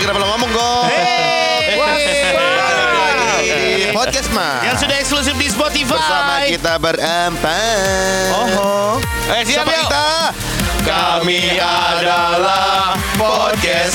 kenapa lo ngomong Go? Hey, Di podcast mah yang sudah eksklusif di Spotify. bersama kita berempat. Siap Siapa yuk. kita? Kami adalah Podcast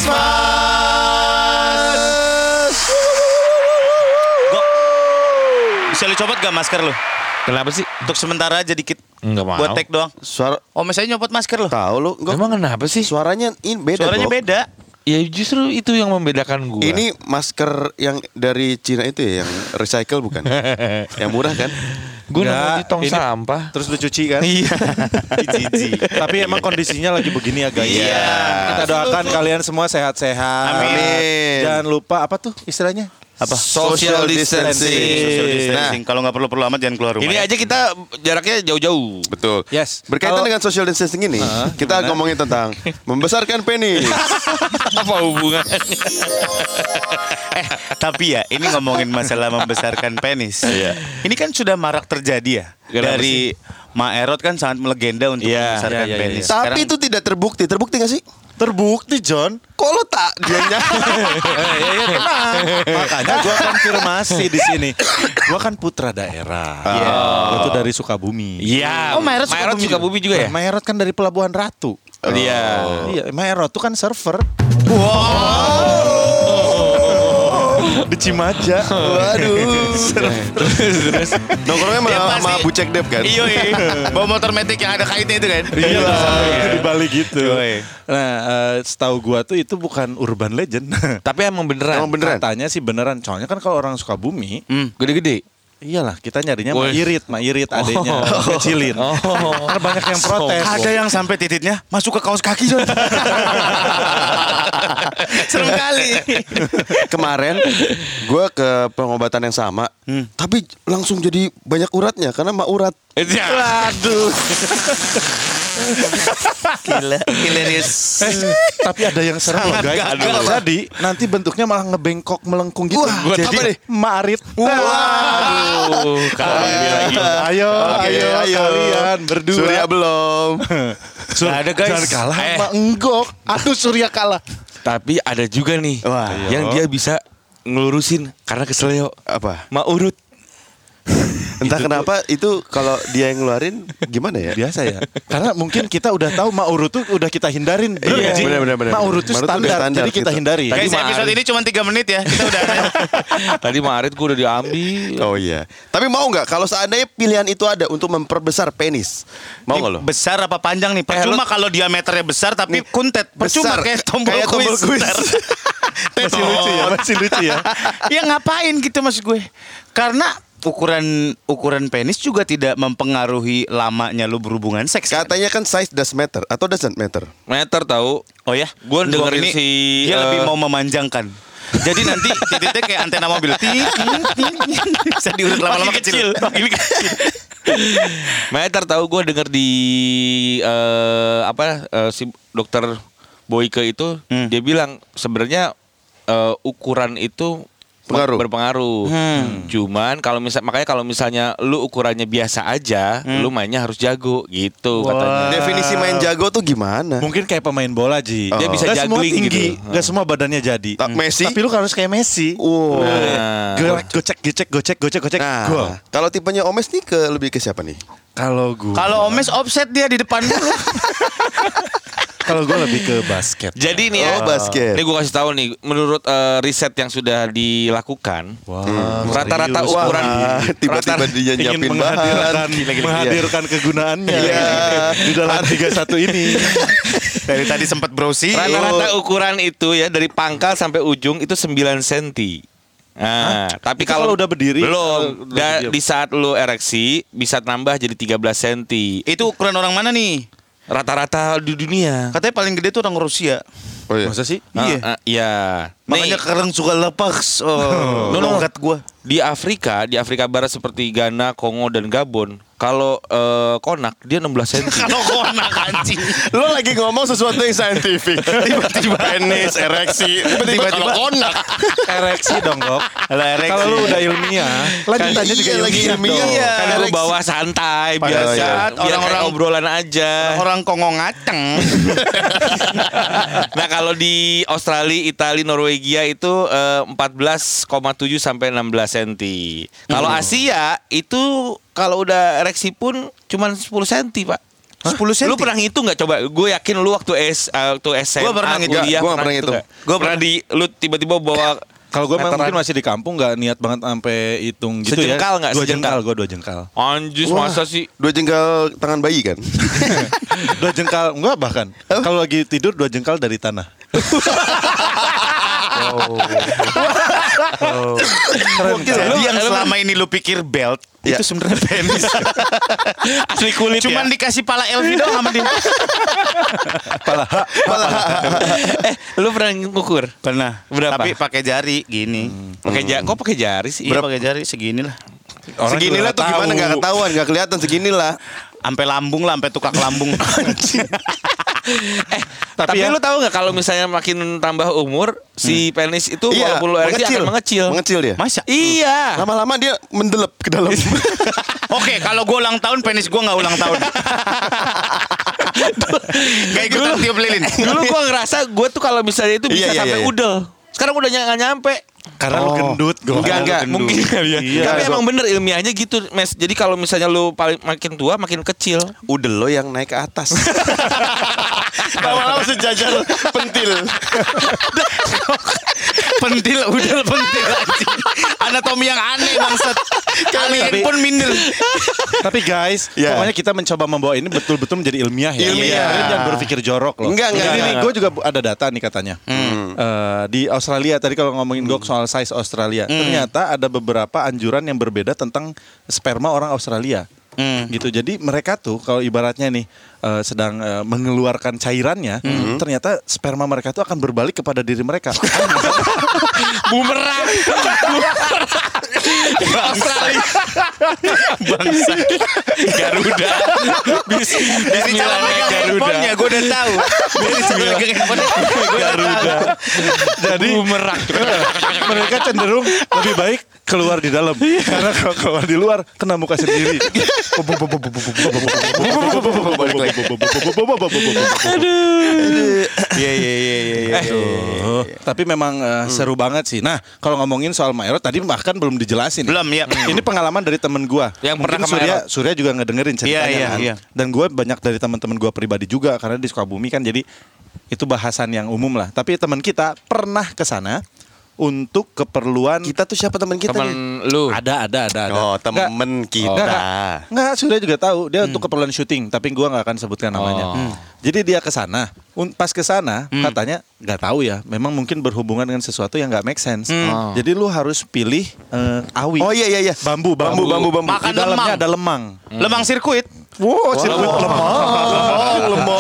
Mas. Go. Bisa lu copot gak masker lu? Kenapa sih? Untuk sementara aja dikit. Enggak mau. Buat tag doang. Suara Saya nyopot masker lu. tahu lu? Go. Emang kenapa sih? Suaranya ini beda. Suaranya Go. beda. Ya justru itu yang membedakan gua. Ini masker yang dari Cina itu ya, yang recycle bukan? Yang murah kan? Gua nemu Enggak, di tong ini- sampah. Terus lu cuci kan? Iya. Tapi emang kondisinya lagi begini ya guys. Iya. Kita doakan kalian semua sehat-sehat. Amin. Jangan lupa apa tuh istilahnya? Apa? Social distancing. Social distancing. Nah, Kalau nggak perlu amat jangan keluar rumah. Ini ya. aja kita jaraknya jauh-jauh. betul. Yes. Berkaitan Kalau- dengan social distancing ini, kita ngomongin tentang membesarkan penis. Apa hubungannya? Tapi ya, ini ngomongin masalah membesarkan penis. Ini kan sudah marak terjadi ya. Kenapa Dari Ma Erot kan sangat melegenda untuk Iya, membesarkan iya, iya, penis. iya. Tapi itu tidak terbukti. Terbukti gak sih? Terbukti John. Kok lo tak dianya? Makanya gua konfirmasi di sini. Gua kan putra daerah. Iya. Gua tuh dari Sukabumi. Iya. Oh, Maerot Sukabumi juga ya? Maerot kan dari Pelabuhan Ratu. Iya. Iya, Maerot tuh kan server. Di Cimaja. Waduh. Terus Nongkrongnya Dia malah sama pasti- Bu Cek Dep kan? Iya, bawa motor metik yang ada kaitnya itu kan. Iya, di Bali gitu. Yoi. Nah, setahu gua tuh itu bukan urban legend. tapi emang beneran. Emang beneran? Katanya sih beneran. Soalnya kan kalau orang Sukabumi, Gede-gede. iyalah kita nyarinya Woi. Mak Irit adanya kecilin. Karena banyak yang protes. Ada yang sampai titiknya masuk ke kaos kaki, Jon. Serem kali. Kemarin gue ke pengobatan yang sama, tapi langsung jadi banyak uratnya karena mak urat. Waduh. Gila, hilarious. Tapi ada yang serem loh guys. gagal. Jadi nanti bentuknya malah ngebengkok melengkung gitu. Wah, Jadi apa nih? Marit. Aduh, lagi. Ayo, Oke, ayo, kalian berdua. Surya belum. Ada, guys. Jangan kalah sama Enggok. Aduh Surya kalah. Tapi ada juga nih Wah, yang dia bisa ngelurusin karena keselio. Apa? Ma urut. Entah kenapa itu kalau dia yang ngeluarin gimana ya? Biasa ya. Karena mungkin kita udah tahu Mak Urut tuh udah kita hindarin. Bener Iya, nggak sih? bener. Mak Urut tuh Mak Urut udah standar, standar jadi kita gitu. hindari. Tadi Guys, episode ini cuma 3 menit ya. Kita udah Tadi Ma Arit gue udah diambil. Oh iya. Tapi mau nggak kalau seandainya pilihan itu ada untuk memperbesar penis? Mau nggak lo? besar apa panjang nih? Percuma kalau diameternya besar tapi kuntet. Percuma Besar. kayak tombol Kayak tombol quiz. quiz. Ntar. Masih lucu ya, masih lucu ya. Ya ngapain gitu maksud gue? Karena ukuran penis juga tidak mempengaruhi lamanya lu berhubungan seks. Kan? Katanya kan size does matter atau doesn't matter. Meter tahu. Oh ya? Gua Untuk dengerin ini, si, dia lebih mau memanjangkan. Jadi nanti titiknya kayak antena mobil. Bisa diurut lama-lama kecil. Meter tahu gue denger di si dokter Boyke itu dia bilang sebenarnya ukuran itu Pengaruh. berpengaruh. Cuman makanya kalau misalnya lu ukurannya biasa aja, lu mainnya harus jago gitu katanya. Definisi main jago tuh gimana? Mungkin kayak pemain bola Ji. Dia bisa Gak semua juggling tinggi, gitu. gak semua badannya jadi. Tak Messi? Tapi lu harus kayak Messi. Wow. Gerak, gocek, gol. Nah, kalau tipenya Omes nih lebih ke siapa nih? Kalau gue, Kalau Omes offset dia di depan dulu. kalau gue lebih ke basket. Jadi nih ya, Oh, basket. Ini gue kasih tahu nih, menurut riset yang sudah dilakukan, Wah, rata-rata serius. ukuran Wah, tiba-tiba dia Ingin nyiapin bahan. menghadirkan kegunaannya Iya. di dalam 31 ini. Dari tadi sempat browsing. rata-rata ukuran itu ya dari pangkal sampai ujung itu 9 cm. Nah, tapi Itu kalau udah berdiri, belum. udah diam. Di saat lu ereksi bisa nambah jadi 13 cm. Itu ukuran orang mana nih? Rata-rata di dunia. Katanya paling gede tuh orang Rusia. Oh iya. Masa sih? Iya. Iya. Makanya Nih, kadang suka lepas. Oh, logat gua. di Afrika Barat seperti Ghana, Kongo dan Gabon, kalau konak dia 16 cm. Kalau konak anjing. Lo lagi ngomong sesuatu yang saintifik. Tiba-tiba penis, ereksi, tiba-tiba kalau konak. Ereksi dong, Kok. Kalau lu udah ilmiah, lanjutannya juga Iya, lagi ilmiah. dong. Iya. Kan lu ereksi. bawa santai Pada biasa. saat Biar orang-orang- kayak obrolan aja. Orang Kongo ngaceng. Nah kalau di Australia, Italia, Norwegia Norwegia itu 14,7 sampai 16 cm. Kalau Asia itu kalau udah ereksi pun cuman 10 cm, Pak. 10 cm? Lu pernah ngitung nggak coba? Gue yakin lu waktu SMA, Gua pernah ngitung. kuliah, Gua nggak pernah ngitung. Gue pernah lu tiba-tiba bawa Kalau gue meteran. mungkin masih di kampung nggak niat banget sampai hitung gitu ya. Sejengkal nggak? 2 Sejengkal? jengkal, gue 2 jengkal. Anjis, Wah, masa sih? 2 jengkal tangan bayi kan? 2 jengkal, enggak bahkan. Kalau lagi tidur 2 jengkal dari tanah. Jadi yang selama ini lu pikir belt Ya. itu sebenarnya penis. Asli kulit Cuman dikasih pala Elvi doang sama dia. Lu pernah ngukur? Pernah. Berapa? Tapi pakai jari gini. Kok pakai jari sih? Iya pakai jari segini lah. Orang Seginilah juga tuh nggak gimana tahu. nggak ketahuan, nggak kelihatan seginilah. Sampai lambung lah, sampai tukak lambung. Tapi ya- lu tahu nggak kalau misalnya makin tambah umur si penis itu Iya, walaupun lu ereksi akan mengecil. Mengecil dia. Masa? Iya. Lama-lama dia mendelep ke dalam. Oke, kalau gue ulang tahun, penis gue nggak ulang tahun. Gak ikutan tiup lilin. Dulu gua ngerasa gua tuh kalau misalnya itu bisa Iya, iya, sampai iya. udel. Sekarang udah nggak nyampe. Karena lu gendut, gue. Enggak. Mungkin kali ya. Iya. Tapi emang bener ilmiahnya gitu, Mes. Jadi kalau misalnya lu makin tua makin kecil. Udel lo yang naik ke atas. Lama-lama sejajar pentil. Pentil, udah pentil anjing. Anatomi yang aneh bangsat. Kalian Tapi- pun minder. Tapi guys, Ya. pokoknya kita mencoba membawa ini betul-betul menjadi ilmiah ya. Ilmiah. Kalian jangan berpikir jorok loh. Enggak. Ini gue juga ada data nih katanya. Di Australia tadi kalau ngomongin gok soal size Australia, ternyata ada beberapa anjuran yang berbeda tentang sperma orang Australia. Gitu. Jadi mereka tuh kalau ibaratnya nih sedang mengeluarkan cairannya, ternyata sperma mereka tuh akan berbalik kepada diri mereka. Bumerang. Australia. Bangsa. Garuda. Dari cara megang handphonenya gue udah tahu. Dari cara megang handphonenya gue udah tahu. Jadi Bumerang. mereka cenderung lebih baik keluar di dalam karena kalau keluar di luar kena muka sendiri. Iya. Tapi memang seru banget sih. Nah, kalau ngomongin soal Maerot tadi bahkan belum dijelasin. Belum ya. Ini pengalaman dari temen gua. Yang Mungkin pernah ke Surya juga ngedengerin ceritanya Iya, kan. iya. Dan gue banyak dari teman-teman gua pribadi juga karena di Sukabumi kan, jadi itu bahasan yang umum lah. Tapi teman kita pernah ke sana untuk keperluan Kita tuh siapa teman kita? nih? Temen lu. ada. Oh, temen kita. Enggak, Surya juga tahu. Dia untuk keperluan syuting, tapi gua nggak akan sebutkan namanya. Oh. Jadi dia ke sana. Pas ke sana katanya nggak tahu ya. Memang mungkin berhubungan dengan sesuatu yang nggak make sense. Oh. Jadi lu harus pilih awi. Oh iya. Bambu. Makan Di dalamnya lemang. ada lemang. Lemang sirkuit. Wow, sirkuit lemang. Lemong.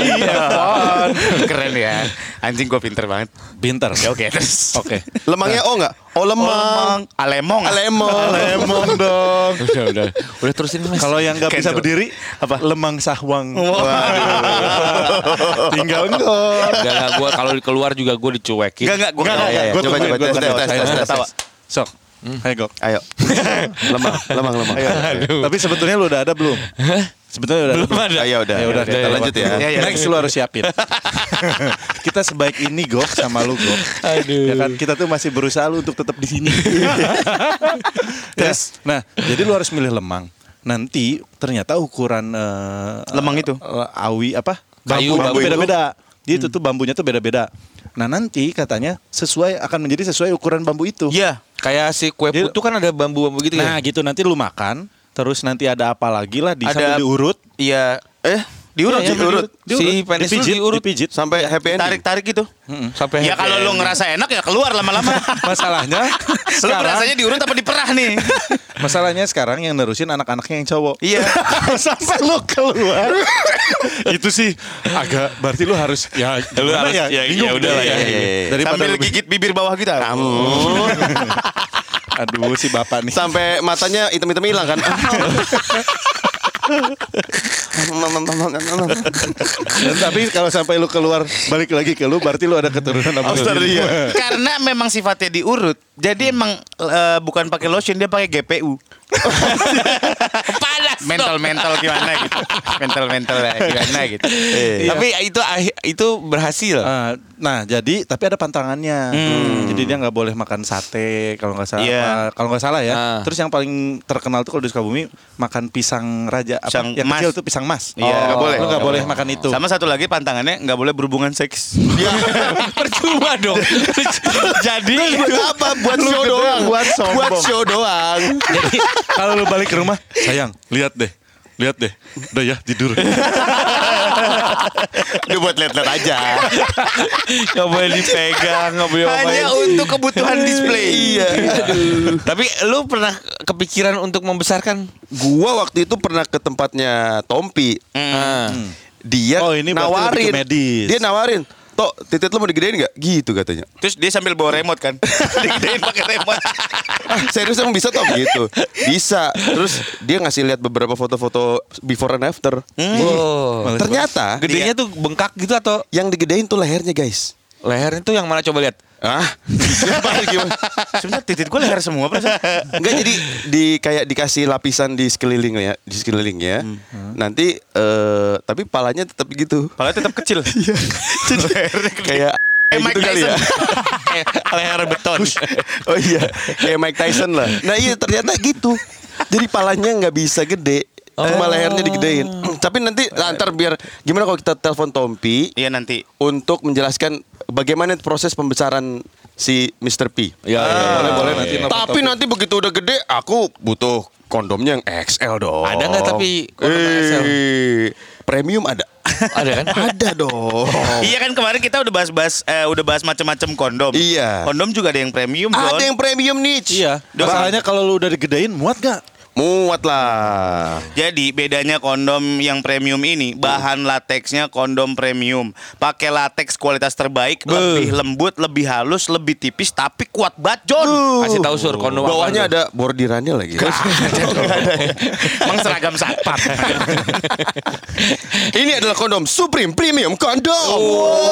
Keren ya. Anjing gue pinter banget. Pinter. Ya oke terus. Oke. Lemangnya O nggak? Oh lemang. Alemong. Lemong. dong. Udah terusin Mas. Kalau yang nggak bisa Cancel. berdiri, Apa? lemang sahwang. Tinggal ngor. Enggak, gua kalau keluar juga gua dicuekin. Enggak, gue Iya, iya. Gua Coba, tungguin, coba, gua tes, tungguin. tes, Ayo, tes, tes, tawa. tes. Sok. Ayo Gok. Ayo. Lemang. Tapi sebetulnya lu udah ada belum? Sebetulnya udah Belum ada. Ayo udah. Ya udah, kita lanjut ya. Iya. Next lu harus siapin. Kita sebaik ini Gok sama lu Gok. Aduh. Ya kan kita tuh masih berusaha lu untuk tetap di sini. Yes. Nah, jadi lu harus milih lemang. Nanti ternyata ukuran Lemang itu? awi apa? Kayu, Bambu bambu itu. beda-beda. Dia itu tuh bambunya tuh beda-beda. Nah, nanti katanya akan menjadi sesuai ukuran bambu itu. Iya. Kayak si kue Dia- putu kan ada bambu-bambu gitu Nah, ya. gitu nanti lu makan, terus nanti ada apa lagi lah Ada- sambil diurut. Iya. Diurut, Iya, diurut. Si penis lu diurut. dipijit. Sampai happy ending. Tarik-tarik gitu. Sampai Ya happy kalau lu ending. ngerasa enak ya keluar lama-lama. Masalahnya Lu sekarang, berasanya diurut apa diperah nih? masalahnya sekarang yang nerusin anak-anaknya yang cowok. Iya. Sampai lu keluar. Itu sih agak berarti lu harus ya Lu gimana harus- ya, bingung ya udah lah, deh. ya, ya. Daripada Sambil lu- gigit bibir bawah kita. Aduh si bapak nih. Sampai matanya hitam-hitam hilang kan. Dan tapi kalau sampai lu keluar balik lagi ke lu berarti lu ada keturunan Australia. Karena memang sifatnya diurut. Jadi emang bukan pakai lotion, dia pakai GPU. Panas. Mental gimana gitu. Mental gimana gitu. Tapi itu berhasil. Nah, jadi tapi ada pantangannya. Jadi dia nggak boleh makan sate kalau nggak salah. Iya. Kalau nggak salah ya. Ah. Terus yang paling terkenal tuh kalau di Sukabumi makan pisang raja. Pisang yang mas. kecil tuh pisang mas. Iya, nggak boleh. Lu nggak boleh makan itu. Sama satu lagi pantangannya nggak boleh berhubungan seks. Percuma dong. Jadi Buat apa? Buat show doang. buat sombong. Buat show doang. Jadi kalau lu balik ke rumah, sayang, lihat deh. Udah ya tidur. Dia buat lihat-lihat aja. nggak boleh dipegang, nggak boleh Hanya ngapain. untuk kebutuhan display. Iya. Tapi lu pernah kepikiran untuk membesarkan? Gua waktu itu pernah ke tempatnya Tompi. Dia Oh, ini berarti nawarin. lebih ke medis. Dia nawarin. Tok, titit lu mau digedein gak? Gitu katanya. Terus dia sambil bawa remote kan. Digedein pakai remote. Serius emang bisa Tom? Gitu. Bisa. Terus dia ngasih lihat beberapa foto-foto before and after. Oh. Ternyata Gedenya tuh bengkak gitu atau yang digedein tuh lehernya guys. leher itu yang mana coba lihat? Gimana? Sebenarnya titik gue leher semua perasaan. Enggak, jadi kayak dikasih lapisan di sekelilingnya. Nanti tapi palanya tetap gitu. Palanya tetap kecil. Kayak Mike gitu kali ya. Leher beton. Oh iya, kayak Mike Tyson lah. Nah iya ternyata gitu. Jadi palanya nggak bisa gede, cuma lehernya digedein. Tapi nanti ntar biar gimana kalau kita telepon Tompi Iya nanti. untuk menjelaskan bagaimana proses pembesaran si Mr. P. Ya, Boleh nanti. Tapi nanti begitu udah gede, aku butuh kondomnya yang XL dong. Ada nggak tapi kondom XL? Premium ada. Ada kan? Ada dong. Iya kan kemarin kita udah bahas macam-macam kondom. Iya. Kondom juga ada yang premium, Jon. Ada yang premium niche. Iya. Masalahnya kalau lu udah digedein muat gak? Muat lah. Jadi bedanya kondom yang premium ini bahan lateksnya kondom premium. Pakai lateks kualitas terbaik, lebih lembut, lebih halus, lebih tipis tapi kuat banget, Jon. Kasih tahu Sur kondom apa Bawahnya tuh? ada bordirannya lagi. Emang seragam satpam. Ini adalah kondom Supreme Premium Kondom.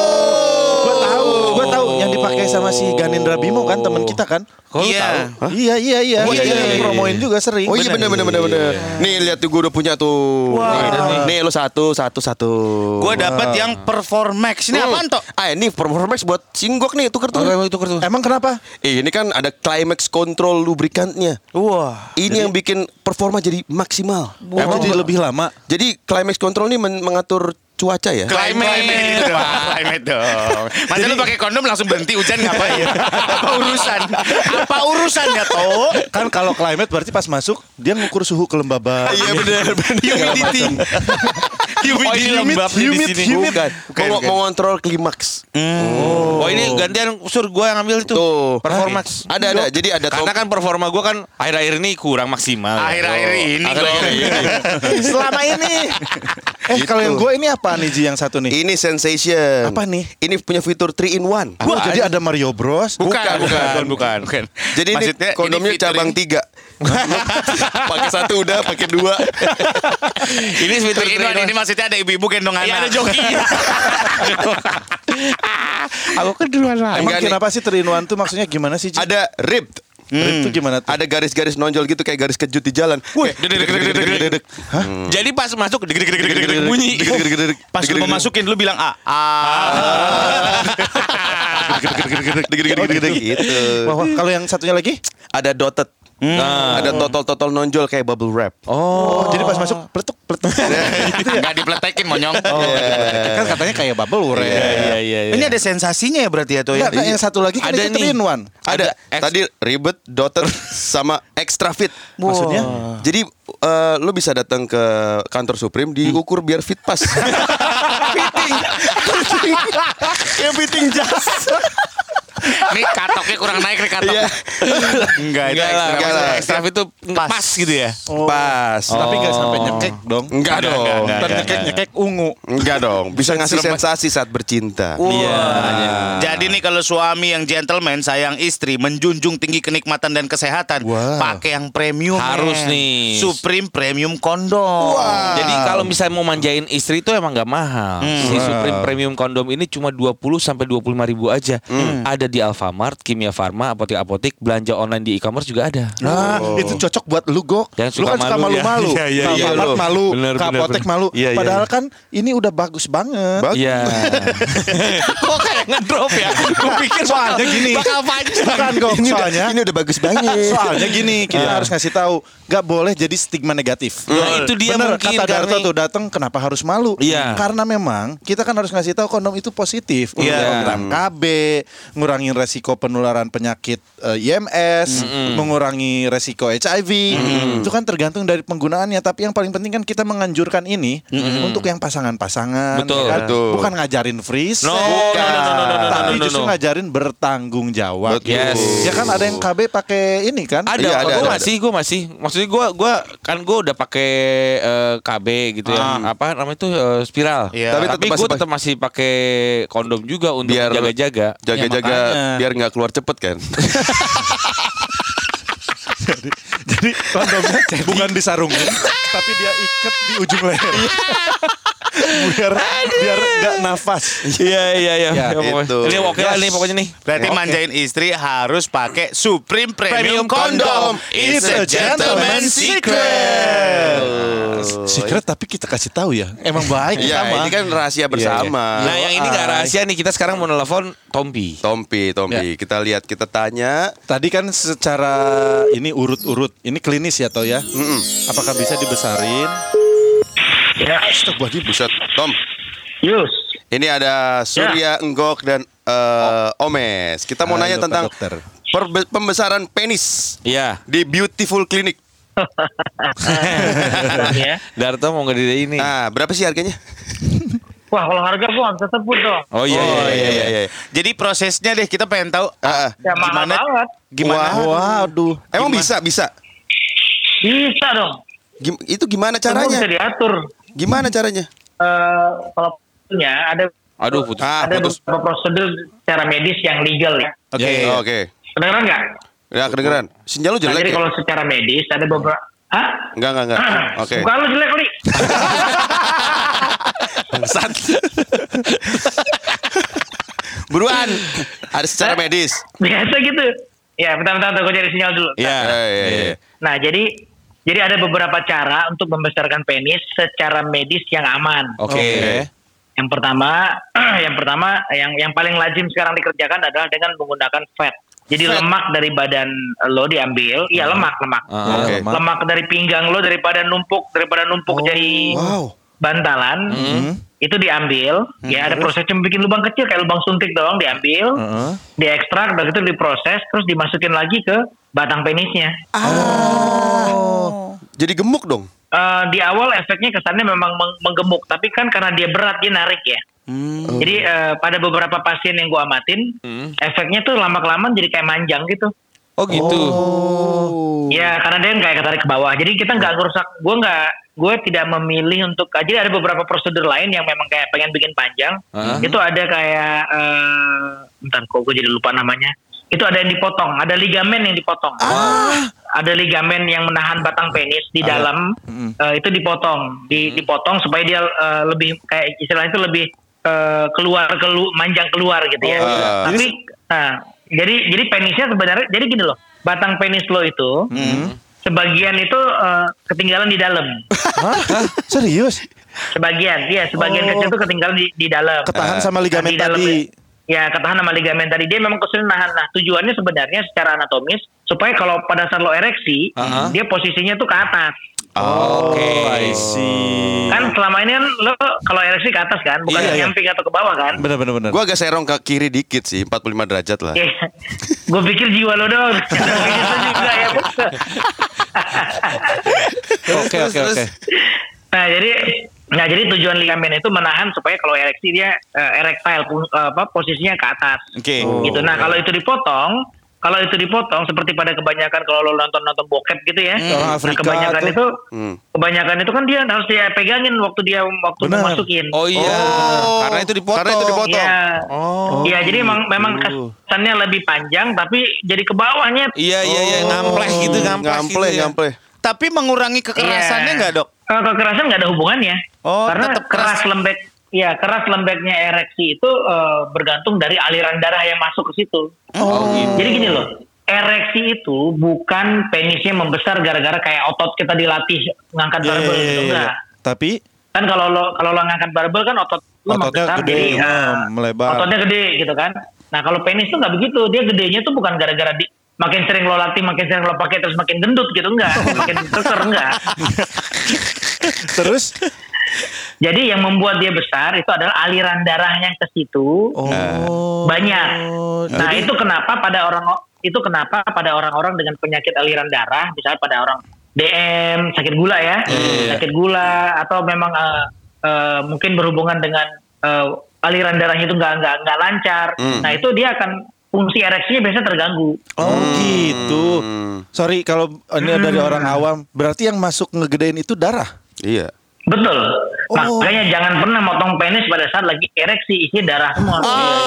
Gue tahu yang dipakai sama si Ganindra Bimo kan teman kita kan. Kok lu tahu? Iya. Oh, iya. Promoin juga sering. Oh iya bener. Nih lihat tuh gue udah punya tuh. Nih lo satu. Gue dapat yang Performax. Ini apaan toh? Ini Performax buat singgok nih tuker tuh. Emang kenapa? Ini kan ada climax control lubrikantnya. Wah. Ini yang bikin performa jadi maksimal. Emang jadi lebih lama. Jadi climax control ini mengatur cuaca ya. Climate dong. Masa lu pakai kondom langsung berhenti hujan ngapain? Apa urusan ya toh? Kan kalau climate berarti pas masuk dia ngukur suhu kelembaban. Iya benar. Humidity. Oh ini lembab nih di sini. Bukan. Mau ngontrol klimaks. Oh ini gantian Sur gua yang ambil itu. Tuh. Performax. Ada. Jadi ada Karena kan performa gua kan akhir-akhir ini kurang maksimal. Akhir-akhir ini Selama ini. Kalau yang gue ini apa nih Ji yang satu nih? Ini Sensation. Apa nih? Ini punya fitur 3 in 1. Wah, jadi ada Mario Bros. Bukan. Jadi ini Maksudnya kondomnya ini featuring- cabang 3. Pakai satu udah, pakai 2. Ini fitur Ini maksudnya ada ibu-ibu gendong anak. Iya ada joki. Aku keduluan lah. Emang Enggak nih. kenapa sih terinuan tuh maksudnya gimana sih Ji? Ada ribbed. Rib tuh gimana tuh? Ada garis-garis nonjol gitu kayak garis kejut di jalan. Wih, Jadi pas masuk bunyi. Pas lu mau masukin lu bilang A. gitu. Wah, kalau yang satunya lagi? Ada dotted. Ada totol-totol nonjol kayak bubble wrap. Oh, jadi pas masuk peletuk. Enggak dipletekin monyong. Kan katanya kayak bubble wrap. Iya. Ini ada sensasinya ya berarti ya toh ya. Enggak, yang satu lagi kan Ada itu nih. 3 in 1. Ada. Tadi ribet, dotted sama extra fit. Maksudnya? Jadi lo bisa datang ke kantor Supreme diukur biar fit pas. Yang fitting jas. Nih katoknya kurang naik nih katok. Iya. Enggak itu Enggak ekstra. lah. Ekstra itu pas gitu ya. Pas. Tapi enggak sampai nyekek dong. Enggak dong. Ntar nyekek ungu. Enggak dong. Bisa ngasih sensasi saat bercinta. Iya. Jadi nih kalau suami yang gentleman sayang istri menjunjung tinggi kenikmatan dan kesehatan, pakai yang premium. Harus men. nih. Supreme Premium Kondom. Jadi kalau misalnya mau manjain istri itu emang nggak mahal. Si Supreme Premium Kondom ini cuma 20 sampai 25 ribu aja. Ada di di Alfamart, Kimia Farma, apotek-apotek, belanja online di e-commerce juga ada. Nah, itu cocok buat lu, Gok. Yang Lu suka kan suka malu, malu-malu. ya. Iya, Ke iya, Alfamart iya. malu, Bener, ke bener, apotek bener. malu. Iya, iya, Padahal iya. kan ini udah bagus banget. Iya. Kok kayak ngedrop ya? Gue pikir Soalnya gini. bakal panjang. Bukan, Gok. Soalnya Ini udah bagus banget. Soalnya gini, kita harus ngasih tahu, nggak boleh jadi stigma negatif. Nah, itu dia Bener, mungkin, kata Darto Karni. tuh datang, kenapa harus malu? Iya. Karena memang kita kan harus ngasih tahu kondom itu positif untuk Iya. program KB, ngurangin resiko penularan penyakit IMS, mengurangi resiko HIV. Itu kan tergantung dari penggunaannya. Tapi yang paling penting kan kita menganjurkan ini untuk yang pasangan-pasangan, Betul. ya kan? Betul. Bukan ngajarin free sex, No, no, tapi no, justru no. ngajarin bertanggung jawab. Betul. Yes. Ya kan ada yang KB pakai ini kan? Ada, Iya, ada, gue ada. masih. Maksudnya gue udah pakai KB gitu ya. Apa namanya itu spiral. Iya. Tapi Tapi gue tetap masih pakai kondom juga untuk Biar- jaga-jaga. Jaga-jaga Ya, makanya. biar nggak keluar cepet kan. Jadi kondomnya bukan disarungin, tapi dia ikat di ujung leher. biar nggak nafas. Iya. Ya, itu. Ini oke lah nih pokoknya nih. Berarti manjain istri harus pakai Supreme Premium Condom. It's a gentleman secret. Secret tapi kita kasih tahu ya. Emang baik Iya, sama. ini kan rahasia bersama. Nah yang ini nggak rahasia nih, kita sekarang mau nelfon Tompi. Tompi. Ya. Kita lihat, kita tanya. Tadi kan secara ini urut-urut. Ini klinis ya, Toh ya. Apakah bisa dibesarin? Ya, Astagfirullahaladzim, buset. Tom, Yus. ini ada Surya, Enggok, dan Omes. Kita mau Halo, nanya Pak tentang Dokter. pembesaran penis Iya. di Beautiful Clinic. Ya. Darto mau ngediri ini. Nah, berapa sih harganya? Wah, kalau harga gua nggak bisa sebut dong. Oh iya. iya. Jadi prosesnya deh kita pengen tahu Ya mahal banget. gimana. Waduh. Emang bisa? Bisa dong. Itu gimana Semua bisa caranya? diatur. Gimana caranya? Kalau punya ada Aduh putus. ada putus. beberapa prosedur secara medis yang legal ya. Oke. Ya, Oke. Kedengeran nggak? Ya, kedengeran. Sinyal lu Nah, jelek jadi ya? kalau secara medis ada beberapa. Hah? Enggak. Oke. Bukan lu jelek kali. Bangsat. Buruan. Ada secara medis. Biasa gitu. Ya, bentar, gue cari sinyal dulu. Iya. Iya. Nah, jadi ada beberapa cara untuk membesarkan penis secara medis yang aman. Oke. Yang pertama, yang paling lazim sekarang dikerjakan adalah dengan menggunakan fat. Jadi lemak dari badan lo diambil, iya lemak. Oke. Lemak dari pinggang lo daripada numpuk jadi Wow. bantalan, itu diambil. Ya ada proses cuma bikin lubang kecil kayak lubang suntik doang diambil, diekstrak, dan itu diproses, terus dimasukin lagi ke batang penisnya. Jadi gemuk dong. Di awal efeknya kesannya memang menggemuk, tapi kan karena dia berat dia narik ya. Jadi pada beberapa pasien yang gua amatin, efeknya tuh lama-kelamaan jadi kayak manjang gitu. Oh gitu. Ya karena dia kayak ketarik ke bawah. Jadi kita nggak ngerusak. Gue tidak memilih untuk. Jadi ada beberapa prosedur lain yang memang kayak pengen bikin panjang. Itu ada kayak, bentar kok gue jadi lupa namanya. Itu ada yang dipotong, ada ligamen yang dipotong. Ada ligamen yang menahan batang penis di dalam, itu dipotong supaya dia lebih kayak istilahnya itu lebih manjang keluar gitu ya. Tapi, jadi penisnya sebenarnya, jadi gini loh, batang penis lo itu sebagian itu ketinggalan di dalam. Serius? Sebagian kecil itu ketinggalan di dalam. Ketahan sama ligamen Di dalam- tadi. Ya, ketahan sama ligamen tadi. Dia memang kesulitan nahan. Nah, tujuannya sebenarnya secara anatomis supaya kalau pada saat lo ereksi, dia posisinya tuh ke atas. Oke. I see. Kan selama ini kan lo kalau ereksi ke atas kan, bukan Iya. nyamping atau ke bawah kan? Bener. Gua agak serong ke kiri dikit sih, 45 derajat lah. Gue pikir jiwa lo doang. Itu juga ya. Oke. Nah, jadi tujuan ligamen itu menahan supaya kalau ereksi dia erectile posisinya ke atas. Oke. Gitu. Nah, kalau itu dipotong seperti pada kebanyakan kalau lo nonton bokep gitu ya. Orang Afrika tuh. Kebanyakan itu kan dia harus dia pegangin waktu Benar. masukin. Oh iya. Karena itu dipotong. Karena itu dipotong. Iya. Iya, jadi memang kesannya lebih panjang tapi jadi ke bawahnya. Iya. Ngampleh gitu, Ngampleh. Tapi mengurangi kekerasannya Iya. nggak dok? Kekerasan nggak ada hubungannya. Oh, Karena tetap keras. keras lembek ya keras lembeknya ereksi itu bergantung dari aliran darah yang masuk ke situ. Gitu. Jadi gini loh, ereksi itu bukan penisnya membesar gara-gara kayak otot kita dilatih ngangkat barbel gitu, enggak. Tapi Kan kalau lo ngangkat barbel kan otot lo ototnya membesar, gede, jadi melebar. ototnya gede gitu kan. Nah kalau penis tuh nggak begitu, dia gedenya tuh bukan gara-gara makin sering lo latih, makin sering lo pakai terus makin gendut gitu, enggak, makin keker, enggak. Terus Jadi yang membuat dia besar itu adalah aliran darahnya ke situ banyak. Nah itu kenapa pada orang-orang dengan penyakit aliran darah, misalnya pada orang DM, sakit gula ya, sakit gula atau memang mungkin berhubungan dengan aliran darahnya itu nggak lancar. Nah itu dia akan fungsi ereksinya biasanya terganggu. Oh gitu. Sorry kalau ini dari orang awam, berarti yang masuk ngegedein itu darah. Iya. Betul. Makanya jangan pernah motong penis pada saat lagi ereksi, isi darah semua.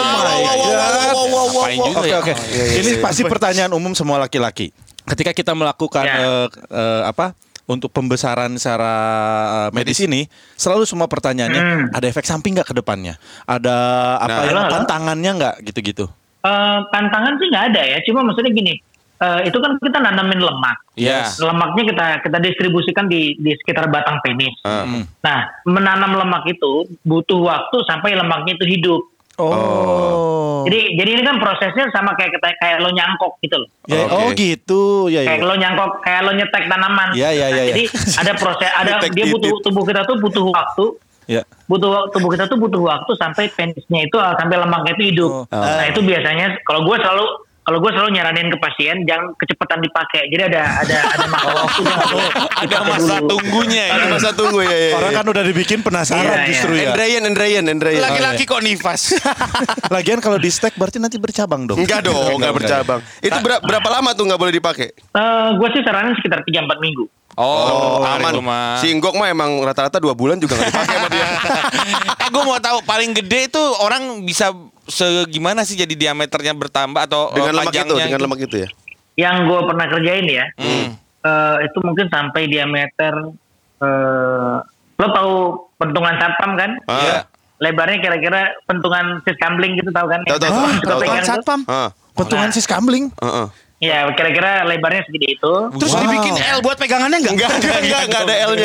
Oke. Ini pasti pertanyaan umum semua laki-laki. Ketika kita melakukan untuk pembesaran secara medis ini, selalu semua pertanyaannya ada efek samping nggak ke depannya? Ada pantangannya nggak gitu-gitu? Pantangan sih nggak ada ya. Cuma maksudnya gini. Itu kan kita nanamin lemak. Lemaknya kita distribusikan di sekitar batang penis. Nah, menanam lemak itu butuh waktu sampai lemaknya itu hidup. Jadi ini kan prosesnya sama kayak lo nyangkok gitu loh. Oh gitu. Kayak lo nyangkok, kayak lo nyetek tanaman. Jadi ada proses, dia tubuh kita tuh butuh waktu. Tubuh kita tuh butuh waktu sampai penisnya itu sampai lemaknya itu hidup. Nah itu biasanya kalau gue selalu nyaranin ke pasien jangan kecepatan dipakai. Jadi ada masa waktu ada masa tunggunya ya. Ada masa tunggu ya. Orang kan udah dibikin penasaran justru ya. Endrayan. Laki-laki kok nifas. Lagian kalau di stack berarti nanti bercabang dong. Enggak dong, enggak bercabang. Itu berapa lama tuh nggak boleh dipakai? Gue sih saranin sekitar 3-4 minggu. Aman. Si Inggok mah emang rata-rata 2 bulan juga nggak dipakai sama dia. Gue mau tahu paling gede itu orang bisa segimana sih jadi diameternya bertambah atau dengan panjangnya? Dengan lemak itu ya. Yang gue pernah kerjain ya, itu mungkin sampai diameter. Lo tahu pentungan satpam kan? Iya. Lebarnya kira-kira pentungan sis kambling gitu, tahu kan? Tahu. Pentungan satpam. Pentungan sis kambling. Ya kira-kira lebarnya segede itu. Terus dibikin L buat pegangannya enggak? Enggak ada L-nya.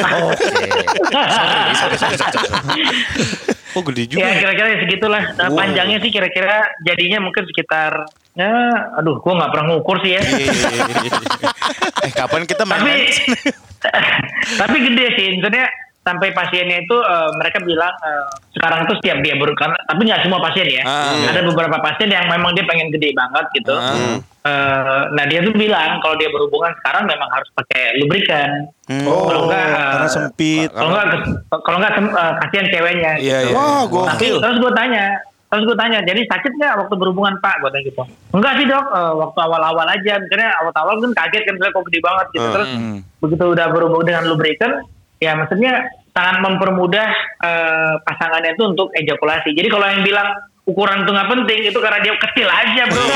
Oh gede juga. Ya kira-kira segitulah. Panjangnya sih kira-kira jadinya mungkin sekitar gue nggak pernah ngukur sih ya. Kapan kita main? Tapi gede sih. Maksudnya sampai pasiennya itu mereka bilang sekarang itu setiap dia tapi nggak semua pasien ya. Ada beberapa pasien yang memang dia pengen gede banget gitu. Nah dia tuh bilang kalau dia berhubungan sekarang memang harus pakai lubrikan. Kalau enggak karena sempit. Kalau enggak kasihan ceweknya. Gitu. Wah, gokil. Terus gue tanya, jadi sakit nggak waktu berhubungan Pak? Gue tanya gitu. Enggak sih dok, waktu awal-awal aja. Karena awal-awal kan kaget kan, kok gede banget gitu. Terus begitu udah berhubung dengan lubrikan, ya maksudnya sangat mempermudah pasangannya itu untuk ejakulasi. Jadi kalau yang bilang ukuran itu nggak penting, itu karena dia kecil aja bro.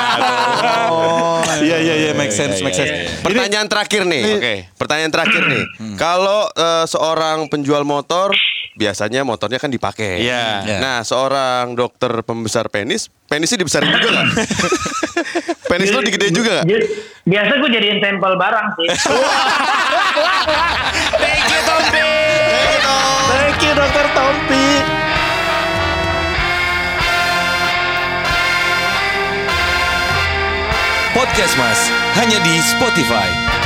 Iya, make sense. Pertanyaan terakhir nih. Pertanyaan terakhir nih. Kalau seorang penjual motor, biasanya motornya kan dipakai. Nah, seorang dokter pembesar penisnya dibesarin juga nggak? Penis lu digedein juga nggak? Biasa gue jadiin sampel barang sih. Thank you Tompi. Thank you Dokter Tompi. Podcast Mas hanya di Spotify.